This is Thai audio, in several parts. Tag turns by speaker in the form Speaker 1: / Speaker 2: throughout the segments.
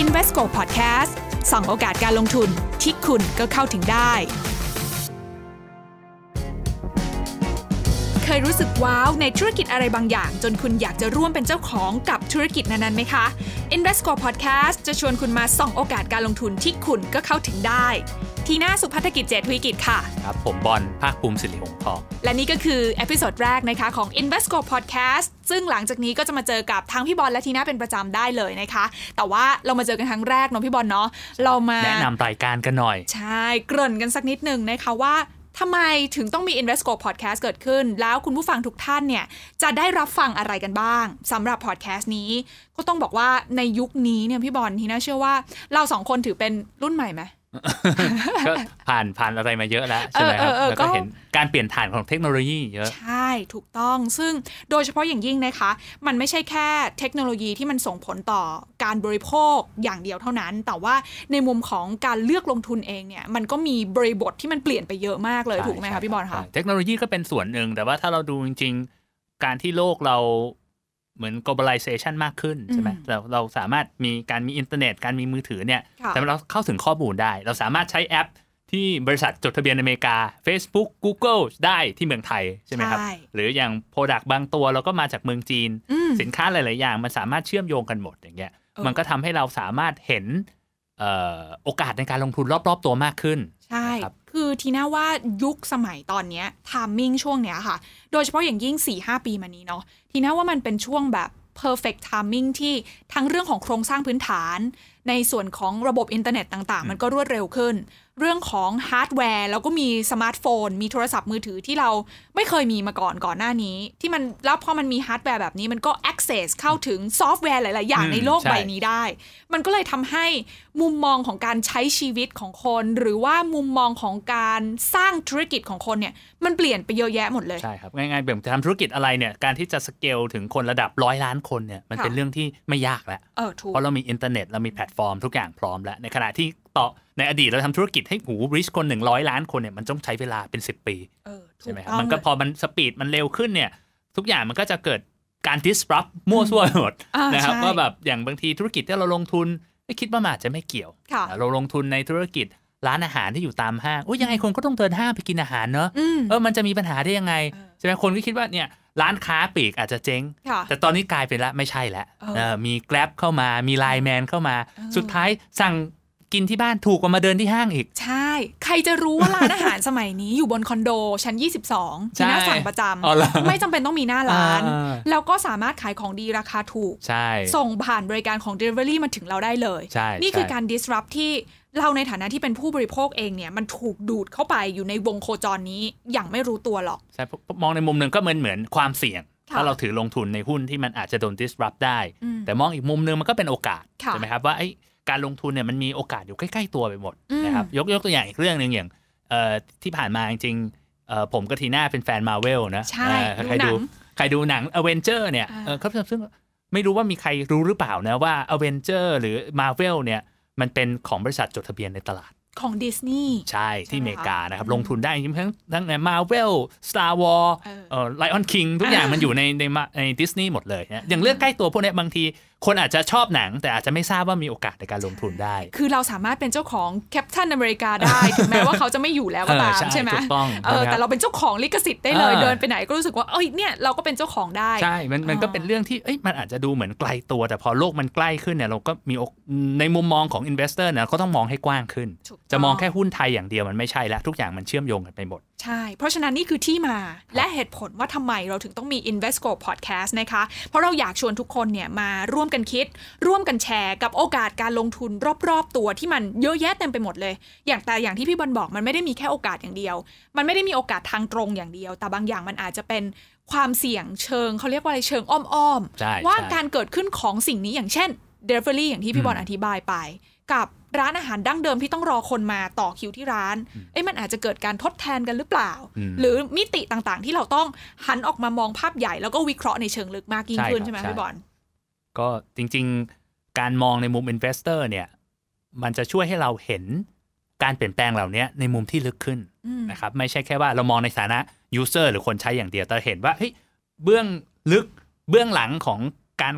Speaker 1: Invesco Podcast ส่องโอกาสการลงทุนที่คุณก็เข้าถึงได้เคยรู้สึกว้าวในธุรกิจอะไรบางอย่างจนคุณอยากจะร่วมเป็นเจ้าของกับธุรกิจนั้นๆไหมคะ Invesco Podcast จะชวนคุณมาส่องโอกาสการลงทุนที่คุณก็เข้าถึงได้ทีน่าสุภัทรกิจเจตวิกิจค่ะ
Speaker 2: ครับผมบอลภาคภูมิศิริหงส์ทอง
Speaker 1: และนี่ก็คือเอพิโซดแรกนะคะของ Invesco Podcast ซึ่งหลังจากนี้ก็จะมาเจอกับทั้งพี่บอลและทีน่าเป็นประจำได้เลยนะคะแต่ว่าเรามาเจอกันครั้งแรกเนาะพี่บอลเนาะเรามา
Speaker 2: แนะนำรายการกันหน่อย
Speaker 1: ใช่เกริ่นกันสักนิดนึงนะคะว่าทำไมถึงต้องมี Invesco Podcast เกิดขึ้นแล้วคุณผู้ฟังทุกท่านเนี่ยจะได้รับฟังอะไรกันบ้างสำหรับ Podcast นี้ก็ต้องบอกว่าในยุคนี้เนี่ยพี่บอลทีน่าเชื่อว่าเราสองคนถือเป็นรุ่นใหม่ไหม
Speaker 2: ก็ผ่านอะไรมาเยอะแล้วใช่ไหมครับแล้วก็เห็นการเปลี่ยนผ่านของเทคโนโลยีเยอะ
Speaker 1: ใช่ถูกต้องซึ่งโดยเฉพาะอย่างยิ่งนะคะมันไม่ใช่แค่เทคโนโลยีที่มันส่งผลต่อการบริโภคอย่างเดียวเท่านั้นแต่ว่าในมุมของการเลือกลงทุนเองเนี่ยมันก็มีบริบทที่มันเปลี่ยนไปเยอะมากเลยถูกไหมคะพี่บอลคะ
Speaker 2: เทคโนโลยีก็เป็นส่วนหนึ่งแต่ว่าถ้าเราดูจริงๆการที่โลกเราเหมือน globalization มากขึ้นใช่ไหมเราสามารถมีการมีอินเทอร์เน็ตการมีมือถือเนี่ยแต่เราเข้าถึงข้อมูลได้เราสามารถใช้แอปที่บริษัทจดทะเบียนอเมริกา Facebook Google ได้ที่เมืองไทยใช่ไหมครับหรืออย่าง Product บางตัวเราก็มาจากเมืองจีนสินค้าหลายๆอย่างมันสามารถเชื่อมโยงกันหมดอย่างเงี้ยมันก็ทำให้เราสามารถเห็นโอกาสในการลงทุนรอบๆตัวมากขึ้น
Speaker 1: ใช่คือทีน่าว่ายุคสมัยตอนนี้ไทมิ่งช่วงเนี้ยค่ะโดยเฉพาะอย่างยิ่ง 4-5 ปีมานี้เนาะทีน่าว่ามันเป็นช่วงแบบ perfect timing ที่ทั้งเรื่องของโครงสร้างพื้นฐานในส่วนของระบบอินเทอร์เน็ตต่างๆมันก็รวดเร็วขึ้นเรื่องของฮาร์ดแวร์แล้วก็มีสมาร์ทโฟนมีโทรศัพท์มือถือที่เราไม่เคยมีมาก่อนหน้านี้ที่มันแล้วพอมันมีฮาร์ดแวร์แบบนี้มันก็ access เข้าถึงซอฟต์แวร์หลายๆอย่างในโลกใบนี้ได้มันก็เลยทำให้มุมมองของการใช้ชีวิตของคนหรือว่ามุมมองของการสร้างธุรกิจของคนเนี่ยมันเปลี่ยนไปเยอะแยะหมดเลย
Speaker 2: ใช่ครับง่ายๆแบบจะทำธุรกิจอะไรเนี่ยการที่จะสเกลถึงคนระดับ100 ล้านคนเนี่ยมันเป็นเรื่องที่ไม่ยากแล้วเพราะเรามีอินเทอร์เน็ตเรามีแพลตฟอร์มทุกอย่างพร้อมแล้วในขณะที่ต่อในอดีตเราทำธุรกิจให้รีชคน100 ล้านคนเนี่ยมันต้องใช้เวลาเป็น10 ปีใช่ไหมครับมันก็พอมันสปีดมันเร็วขึ้นเนี่ยทุกอย่างมันก็จะเกิดการ disrupt มั่วซั่วหมดนะครับว่าแบบอย่างบางทีธุรกิจที่เราลงทุนไม่คิดว่ามันอาจจะไม่เกี่ยวเราลงทุนในธุรกิจร้านอาหารที่อยู่ตามห้างยังไงคนก็ต้องเดินห้างไปกินอาหารเนอะมันจะมีปัญหาได้ยังไงใช่ไหมคนก็คิดว่าเนี่ยร้านค้าปลีกอาจจะเจ๊งแต่ตอนนี้กลายเป็นละไม่ใช่แล้วมี Grab เข้ามามี Line Man เข้ามาสุดท้ายสั่งกินที่บ้านถูกกว่ามาเดินที่ห้างอีก
Speaker 1: ใช่ใครจะรู้ว่าร้านอาหารสมัยนี้อยู่บนคอนโดชั้น22ที่น่าสั่งประจำไม่จำเป็นต้องมีหน้าร้านแล้วก็สามารถขายของดีราคาถูกส่งผ่านบริการของ Delivery มาถึงเราได้เลยนี่คือการ disrupt ที่เราในฐานะที่เป็นผู้บริโภคเองเนี่ยมันถูกดูดเข้าไปอยู่ในวงโคจรนี้อย่างไม่รู้ตัวหรอก
Speaker 2: ใช่มองในมุมนึงก็เหมือนความเสี่ยงถ้าเราถือลงทุนในหุ้นที่มันอาจจะโดน disrupt ได้แต่มองอีกมุมนึงมันก็เป็นโอกาสใช่ไหมครับว่าการลงทุนเนี่ยมันมีโอกาสอยู่ใกล้ๆตัวไปหมดนะครับยกตัวอย่างอีกเรื่องนึงอย่างที่ผ่านมาจริงๆผมกับทีน่าเป็นแฟน Marvel นะใครดูหนัง Avenger เนี่ยครับซึ่งไม่รู้ว่ามีใครรู้หรือเปล่านะว่า Avenger หรือ Marvel เนี่ยมันเป็นของบริษัทจดทะเบียนในตลาด
Speaker 1: ของดิสนีย์
Speaker 2: ใช่ที่อเมริกานะครับลงทุนได้ทั้ง Marvel Star Wars Lion King ทุกอย่างมันอยู่ในดิสนีย์หมดเลยนะอย่างเรื่องใกล้ตัวพวกนี้บางทีคนอาจจะชอบหนังแต่อาจจะไม่ทราบว่ามีโอกาสในการลงทุนได้
Speaker 1: คือเราสามารถเป็นเจ้าของแคปชั่นอเมริกาได้ถึงแม้ว่าเขาจะไม่อยู่แล้วก็ตามใช่ไหมแต่เราเป็นเจ้าของลิขสิทธิ์ได้เลยเดินไปไหนก็รู้สึกว่าเนี่ยเราก็เป็นเจ้าของได้
Speaker 2: ใช่มันก็เป็นเรื่องที่มันอาจจะดูเหมือนไกลตัวแต่พอโลกมันใกล้ขึ้นเนี่ยเราก็มีในมุมมองของอินเวสเตอร์นะก็ต้องมองให้กว้างขึ้นจะมองแค่หุ้นไทยอย่างเดียวมันไม่ใช่แล้วทุกอย่างมันเชื่อมโยงกันไปหมด
Speaker 1: ใช่เพราะฉะนั้นนี่คือที่มาและเหตุผลว่าทำไมเราถึงต้องมี Invesco Podcast นะคะเพราะเราอยากชวนทุกคนเนี่ยมาร่วมกันคิดร่วมกันแชร์กับโอกาสการลงทุนรอบๆตัวที่มันเยอะแยะเต็มไปหมดเลยอย่างที่พี่บอลบอกมันไม่ได้มีแค่โอกาสอย่างเดียวมันไม่ได้มีโอกาสทางตรงอย่างเดียวแต่บางอย่างมันอาจจะเป็นความเสี่ยงเชิงเขาเรียกว่าอะไรเชิงอ้อมๆว่าการเกิดขึ้นของสิ่งนี้อย่างเช่น Delivery อย่างที่พี่บอลอธิบายไปกับร้านอาหารดั้งเดิมที่ต้องรอคนมาต่อคิวที่ร้านมันอาจจะเกิดการทดแทนกันหรือเปล่าหรือมิติต่างๆที่เราต้องหันออกมามองภาพใหญ่แล้วก็วิเคราะห์ในเชิงลึกมากยิ่งขึ้นใช่ไหมพี่บอล
Speaker 2: ก็จริงๆการมองในมุม investor เนี่ยมันจะช่วยให้เราเห็นการเปลี่ยนแปลงเหล่านี้ในมุมที่ลึกขึ้นนะครับไม่ใช่แค่ว่าเรามองในฐานะ user หรือคนใช้อย่างเดียวแต่เห็นว่าเบื้องลึกเบื้องหลังของการ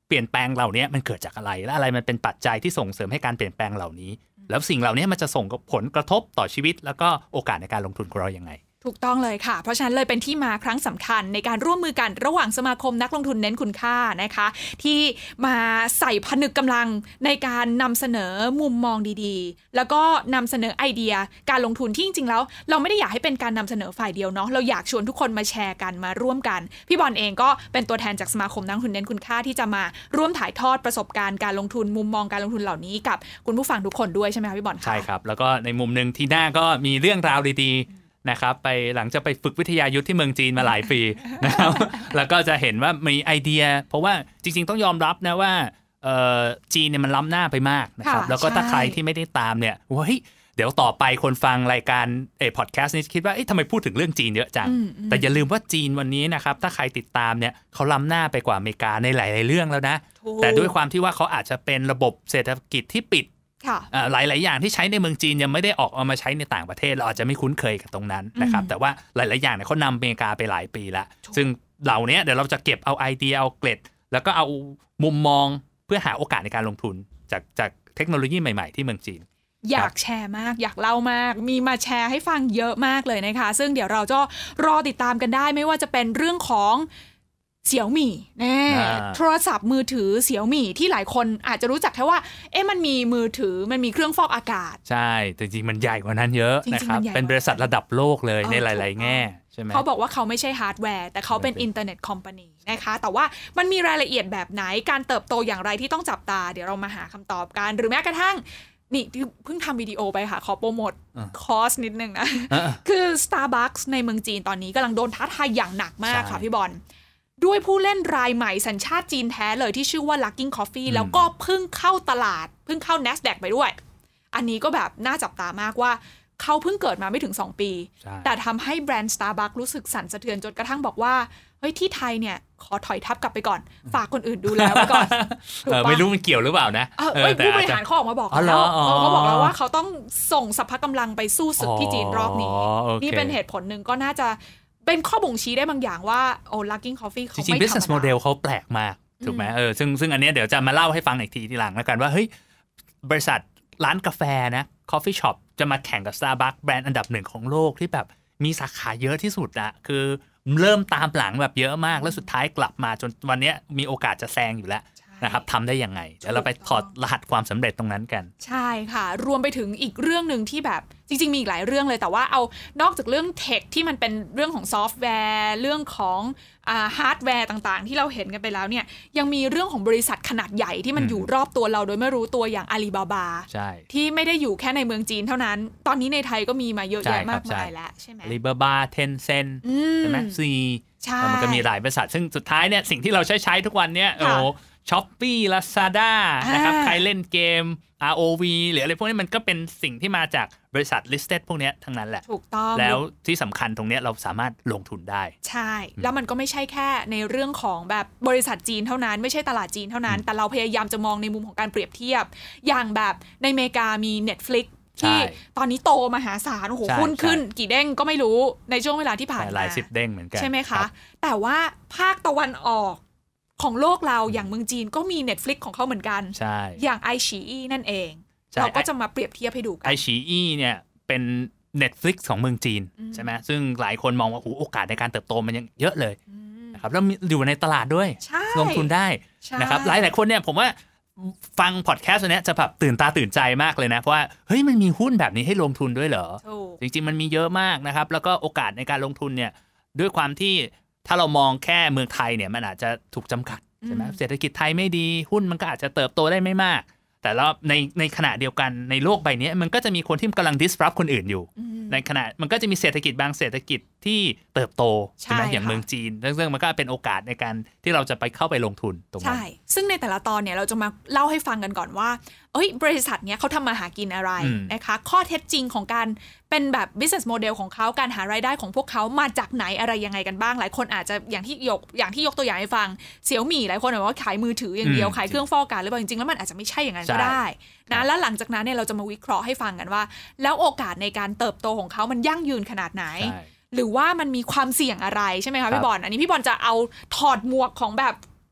Speaker 2: เปลี่ยนแปลงเหล่านี้มันเกิดจากอะไรและอะไรมันเป็นปัจจัยที่ส่งเสริมให้การเปลี่ยนแปลงเหล่านี้แล้วสิ่งเหล่านี้มันจะส่งผลกระทบต่อชีวิตแล้วก็โอกาสในการลงทุนของเราอย่างไร
Speaker 1: ถูกต้องเลยค่ะเพราะฉะนั้นเลยเป็นที่มาครั้งสำคัญในการร่วมมือกันระหว่างสมาคมนักลงทุนเน้นคุณค่านะคะที่มาใส่ผนึกกำลังในการนำเสนอมุมมองดีๆแล้วก็นำเสนอไอเดียการลงทุนที่จริงๆแล้วเราไม่ได้อยากให้เป็นการนำเสนอฝ่ายเดียวเนาะเราอยากชวนทุกคนมาแชร์กันมาร่วมกันพี่บอลเองก็เป็นตัวแทนจากสมาคมนักลงทุนเน้นคุณค่าที่จะมาร่วมถ่ายทอดประสบการณ์การลงทุนมุมมองการลงทุนเหล่านี้กับคุณผู้ฟังทุกคนด้วยใช่ไหมคะพี่บอล
Speaker 2: ใช่ครับแล้วก็ในมุมนึงที่หน้าก็มีเรื่องราวดีๆนะครับไปหลังจากไปฝึกวิทยายุทธที่เมืองจีนมาหลายปีนะครับแล้วก็จะเห็นว่ามีไอเดียเพราะว่าจริงๆต้องยอมรับนะว่าจีนเนี่ยมันล้ำหน้าไปมากนะครับแล้วก็ถ้าใครที่ไม่ได้ตามเนี่ยเฮ้ยเดี๋ยวต่อไปคนฟังรายการพอดแคสต์นี้คิดว่าทำไมพูดถึงเรื่องจีนเยอะจังแต่อย่าลืมว่าจีนวันนี้นะครับถ้าใครติดตามเนี่ยเขาล้ำหน้าไปกว่าอเมริกาในหลายๆเรื่องแล้วนะแต่ด้วยความที่ว่าเขาอาจจะเป็นระบบเศรษฐกิจที่ปิดหลายๆอย่างที่ใช้ในเมืองจีนยังไม่ได้ออกเอามาใช้ในต่างประเทศเราอาจจะไม่คุ้นเคยกับตรงนั้นนะครับแต่ว่าหลายๆอย่างเนี่ยเขานำอเมริกาไปหลายปีแล้วซึ่งเหล่านี้เดี๋ยวเราจะเก็บเอาไอเดียเอาเกร็ดแล้วก็เอามุมมองเพื่อหาโอกาสในการลงทุนจากเทคโนโลยีใหม่ๆที่เมืองจีน
Speaker 1: อยากแชร์มากอยากเล่ามากมีมาแชร์ให้ฟังเยอะมากเลยนะคะซึ่งเดี๋ยวเราจะรอติดตามกันได้ไม่ว่าจะเป็นเรื่องของเสี่ยวหมี่โทรศัพท์มือถือเสี่ยวหมี่ที่หลายคนอาจจะรู้จักแค่ว่ามันมีมือถือมันมีเครื่องฟอกอากาศ
Speaker 2: ใช่แต่จริงมันใหญ่กว่านั้นเยอะนะครับเป็นบริษัทระดับโลกเลยในหลายๆแง่ใช่ไหม
Speaker 1: เขาบอกว่าเขาไม่ใช่ฮาร์ดแวร์แต่เขาเป็นอินเทอร์เน็ตคอมพานีนะคะแต่ว่ามันมีรายละเอียดแบบไหนการเติบโตอย่างไรที่ต้องจับตาเดี๋ยวเรามาหาคำตอบกันหรือแม้กระทั่งนี่เพิ่งทำวิดีโอไปค่ะขอโปรโมทคอร์สนิดนึงนะคือ Starbucks ในเมืองจีนตอนนี้กำลังโดนท้าทายอย่างหนักมากค่ะพี่บอลด้วยผู้เล่นรายใหม่สัญชาติจีนแท้เลยที่ชื่อว่า Luckin Coffee แล้วก็เพิ่งเข้าตลาดเพิ่งเข้า NASDAQ ไปด้วยอันนี้ก็แบบน่าจับตามากว่าเขาเพิ่งเกิดมาไม่ถึง2ปีแต่ทำให้แบรนด์ Starbucks รู้สึกสั่นสะเทือนจนกระทั่งบอกว่าเฮ้ยที่ไทยเนี่ยขอถอยทับกลับไปก่อนฝากคนอื่นดูแลไว้ก่อน
Speaker 2: ไม่รู้มันเกี่ยวหรือเปล่านะ
Speaker 1: ผู้บริหารเขาออกมาบอกแล้วเขาบอกแล้วว่าเขาต้องส่งสรรพกำลังไปสู้ศึกที่จีนรอบนี้นี่เป็นเหตุผลหนึ่งก็น่าจะเป็นข้อบ่งชี้ได้บางอย่างว่าLuckin Coffee เขาไม่ธรรมดาจริง
Speaker 2: business model เขาแปลกมากถูกไหมซึ่งอันนี้เดี๋ยวจะมาเล่าให้ฟังอีกทีหลังแล้วกันว่าเฮ้ยบริษัทร้านกาแฟนะ coffee shop จะมาแข่งกับ Starbucks แบรนด์อันดับ1ของโลกที่แบบมีสาขาเยอะที่สุดอะคือเริ่มตามหลังแบบเยอะมากแล้วสุดท้ายกลับมาจนวันนี้มีโอกาสจะแซงอยู่แล้วนะครับทำได้ยังไงเดี๋ยวเราไปถอดรหัสความสำเร็จตรงนั้นกัน
Speaker 1: ใช่ค่ะรวมไปถึงอีกเรื่องนึงที่แบบจริงๆมีอีกหลายเรื่องเลยแต่ว่าเอานอกจากเรื่องเทคที่มันเป็นเรื่องของซอฟต์แวร์เรื่องของฮาร์ดแวร์ต่างๆที่เราเห็นกันไปแล้วเนี่ยยังมีเรื่องของบริษัทขนาดใหญ่ที่มันอยู่รอบตัวเราโดยไม่รู้ตัวอย่างอาลีบาบาที่ไม่ได้อยู่แค่ในเมืองจีนเท่านั้นตอนนี้ในไทยก็มีมาเยอะแยะมากมายแล้วใช่ไหม
Speaker 2: อาลีบาบาเทนเซ็นใช่ไหมซีมันก็มีหลายบริษัทซึ่งสุดท้ายเนี่ยสิ่งที่เราใช้ทุกวันเนี่ยShopee Lazada นะครับใครเล่นเกม ROV หรืออะไรพวกนี้มันก็เป็นสิ่งที่มาจากบริษัท listed พวกนี้ทั้งนั้นแหละ
Speaker 1: ถูกต้อง
Speaker 2: แล้วที่สำคัญตรงนี้เราสามารถลงทุนได้
Speaker 1: ใช่แล้วมันก็ไม่ใช่แค่ในเรื่องของแบบบริษัทจีนเท่านั้นไม่ใช่ตลาดจีนเท่านั้นแต่เราพยายามจะมองในมุมของการเปรียบเทียบอย่างแบบในอเมริกามี Netflix ที่ตอนนี้โตมหาศาลโอ้โหหุ้นขึ้นกี่เด้งก็ไม่รู้ในช่วงเวลาที่ผ่านมา
Speaker 2: หลายสิบเด้งเหมือนกัน
Speaker 1: ใช่ไหมคะแต่ว่าภาคตะวันออกของโลกเราอย่างเมืองจีนก็มี Netflix ของเขาเหมือนกันอย่างไอฉีอี้นั่นเองเราก็จะมาเปรียบเทียบให้ดูกัน
Speaker 2: ไอฉีอี้เนี่ยเป็น Netflix ของเมืองจีนใช่ไหมซึ่งหลายคนมองว่าโอกาสในการเติบโตมันยังเยอะเลยนะครับแล้วอยู่ในตลาดด้วยลงทุนได้นะครับหลายคนเนี่ยผมว่าฟังพอดแคสต์ตัวนี้จะแบบตื่นตาตื่นใจมากเลยนะเพราะว่าเฮ้ยมันมีหุ้นแบบนี้ให้ลงทุนด้วยเหรอจริงๆมันมีเยอะมากนะครับแล้วก็โอกาสในการลงทุนเนี่ยด้วยความที่ถ้าเรามองแค่เมืองไทยเนี่ยมันอาจจะถูกจำกัดใช่ไหมเศรษฐกิจไทยไม่ดีหุ้นมันก็อาจจะเติบโตได้ไม่มากแต่แล้วในขณะเดียวกันในโลกใบนี้มันก็จะมีคนที่กำลัง disrupt คนอื่นอยู่ในขณะมันก็จะมีเศรษฐกิจบางเศรษฐกิจที่เติบโตใช่ไหมอย่างเมืองจีนซึ่งมันก็เป็นโอกาสในการที่เราจะไปเข้าไปลงทุนตรงนั้น
Speaker 1: ใช่ซึ่งในแต่ละตอนเนี่ยเราจะมาเล่าให้ฟังกันก่อนว่าบริษัทเนี้ยเขาทำมาหากินอะไรนะคะข้อเท็จจริงของการเป็นแบบ business model ของเขาการหารายได้ของพวกเขามาจากไหนอะไรยังไงกันบ้างหลายคนอาจจะอย่างที่ยกตัวอย่างให้ฟังเสี่ยวหมี่หลายคนบอกว่าขายมือถืออย่างเดียวขายเครื่องฟอกอากาศหรือเปล่าจริงๆแล้วมันอาจจะไม่ใช่อย่างนั้นก็ได้นะแล้วหลังจากนั้นเนี่ยเราจะมาวิเคราะห์ให้ฟังกันว่าแล้วโอกาสในการเติบโตของเขามันยั่งยืนขนาดไหนหรือว่ามันมีความเสี่ยงอะไรใช่ไหมคะพี่บอลอันนี้พี่บอลจะเอาถอดหมวกของแบบ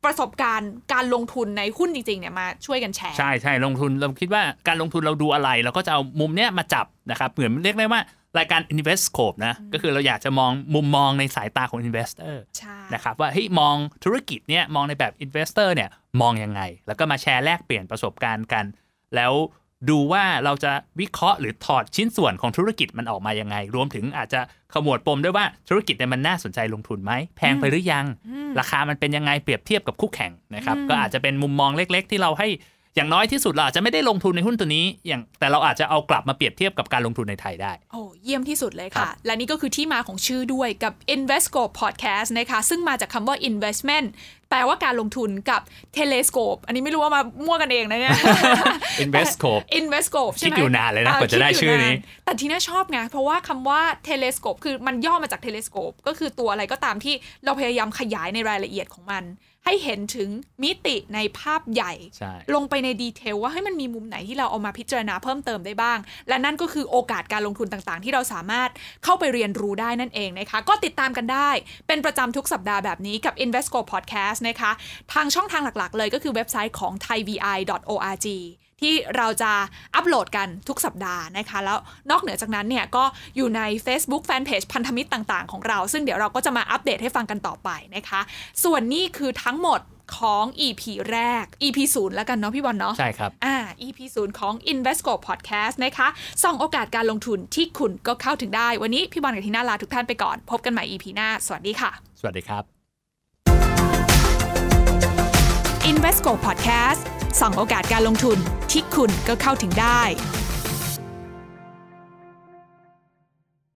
Speaker 1: ประสบการณ์การลงทุนในหุ้นจริงๆเนี่ยมาช่วยกันแชร์
Speaker 2: ใช่ๆลงทุนเราคิดว่าการลงทุนเราดูอะไรเราก็จะเอามุมเนี้ยมาจับนะครับเหมือนเรียกได้ว่ารายการ Investscope นะก็คือเราอยากจะมองมุมมองในสายตาของ Investor นะครับว่าเฮ้ยมองธุรกิจเนี่ยมองในแบบ Investor เนี่ยมองยังไงแล้วก็มาแชร์แลกเปลี่ยนประสบการณ์กันแล้วดูว่าเราจะวิเคราะห์หรือถอดชิ้นส่วนของธุรกิจมันออกมายังไงรวมถึงอาจจะขมวดปมด้วยว่าธุรกิจเนี่ยมันน่าสนใจลงทุนไหมแพงไปหรือยังราคามันเป็นยังไงเปรียบเทียบกับคู่แข่งนะครับก็อาจจะเป็นมุมมองเล็กๆที่เราให้อย่างน้อยที่สุดเราอาจจะไม่ได้ลงทุนในหุ้นตัวนี้แต่เราอาจจะเอากลับมาเปรียบเทียบกับการลงทุนในไทยได้
Speaker 1: โอ้เยี่ยมที่สุดเลยค่ะและนี่ก็คือที่มาของชื่อด้วยกับ Investscope Podcast นะคะซึ่งมาจากคำว่า investment แปลว่าการลงทุนกับ telescope อันนี้ไม่รู้ว่ามามั่วกันเองนะเนี่ย
Speaker 2: Investscope
Speaker 1: ใช่ไหม
Speaker 2: คิดอยู่นานเลยนะกว่าจะได้ชื่อนี้
Speaker 1: แต่ทีน่าชอบไงเพราะว่าคำว่า telescope คือมันย่อมาจาก telescope ก็คือตัวอะไรก็ตามที่เราพยายามขยายในรายละเอียดของมันให้เห็นถึงมิติในภาพใหญ่ลงไปในดีเทลว่าให้มันมีมุมไหนที่เราเอามาพิจารณาเพิ่มเติมได้บ้างและนั่นก็คือโอกาสการลงทุนต่างๆที่เราสามารถเข้าไปเรียนรู้ได้นั่นเองนะคะก็ติดตามกันได้เป็นประจำทุกสัปดาห์แบบนี้กับ Investscope Podcast นะคะทางช่องทางหลักๆเลยก็คือเว็บไซต์ของ thaivi.org ที่เราจะอัปโหลดกันทุกสัปดาห์นะคะแล้วนอกเหนือจากนั้นเนี่ยก็อยู่ใน Facebook Fanpage พันธมิตรต่างๆของเราซึ่งเดี๋ยวเราก็จะมาอัปเดตให้ฟังกันต่อไปนะคะส่วนนี้คือทั้งหมดของ EP แรก EP 0แล้วกันเนาะพี่บอลเนาะ
Speaker 2: ใช่ครับ
Speaker 1: EP 0ของ Investscope Podcast นะคะส่องโอกาสการลงทุนที่คุณก็เข้าถึงได้วันนี้พี่บอลกับทีน่าลาทุกท่านไปก่อนพบกันใหม่ EP หน้าสวัสดีค่ะ
Speaker 2: สวัสดีครับ
Speaker 1: Investscope Podcast ส่องโอกาสการลงทุนที่คุณก็เข้าถึงได้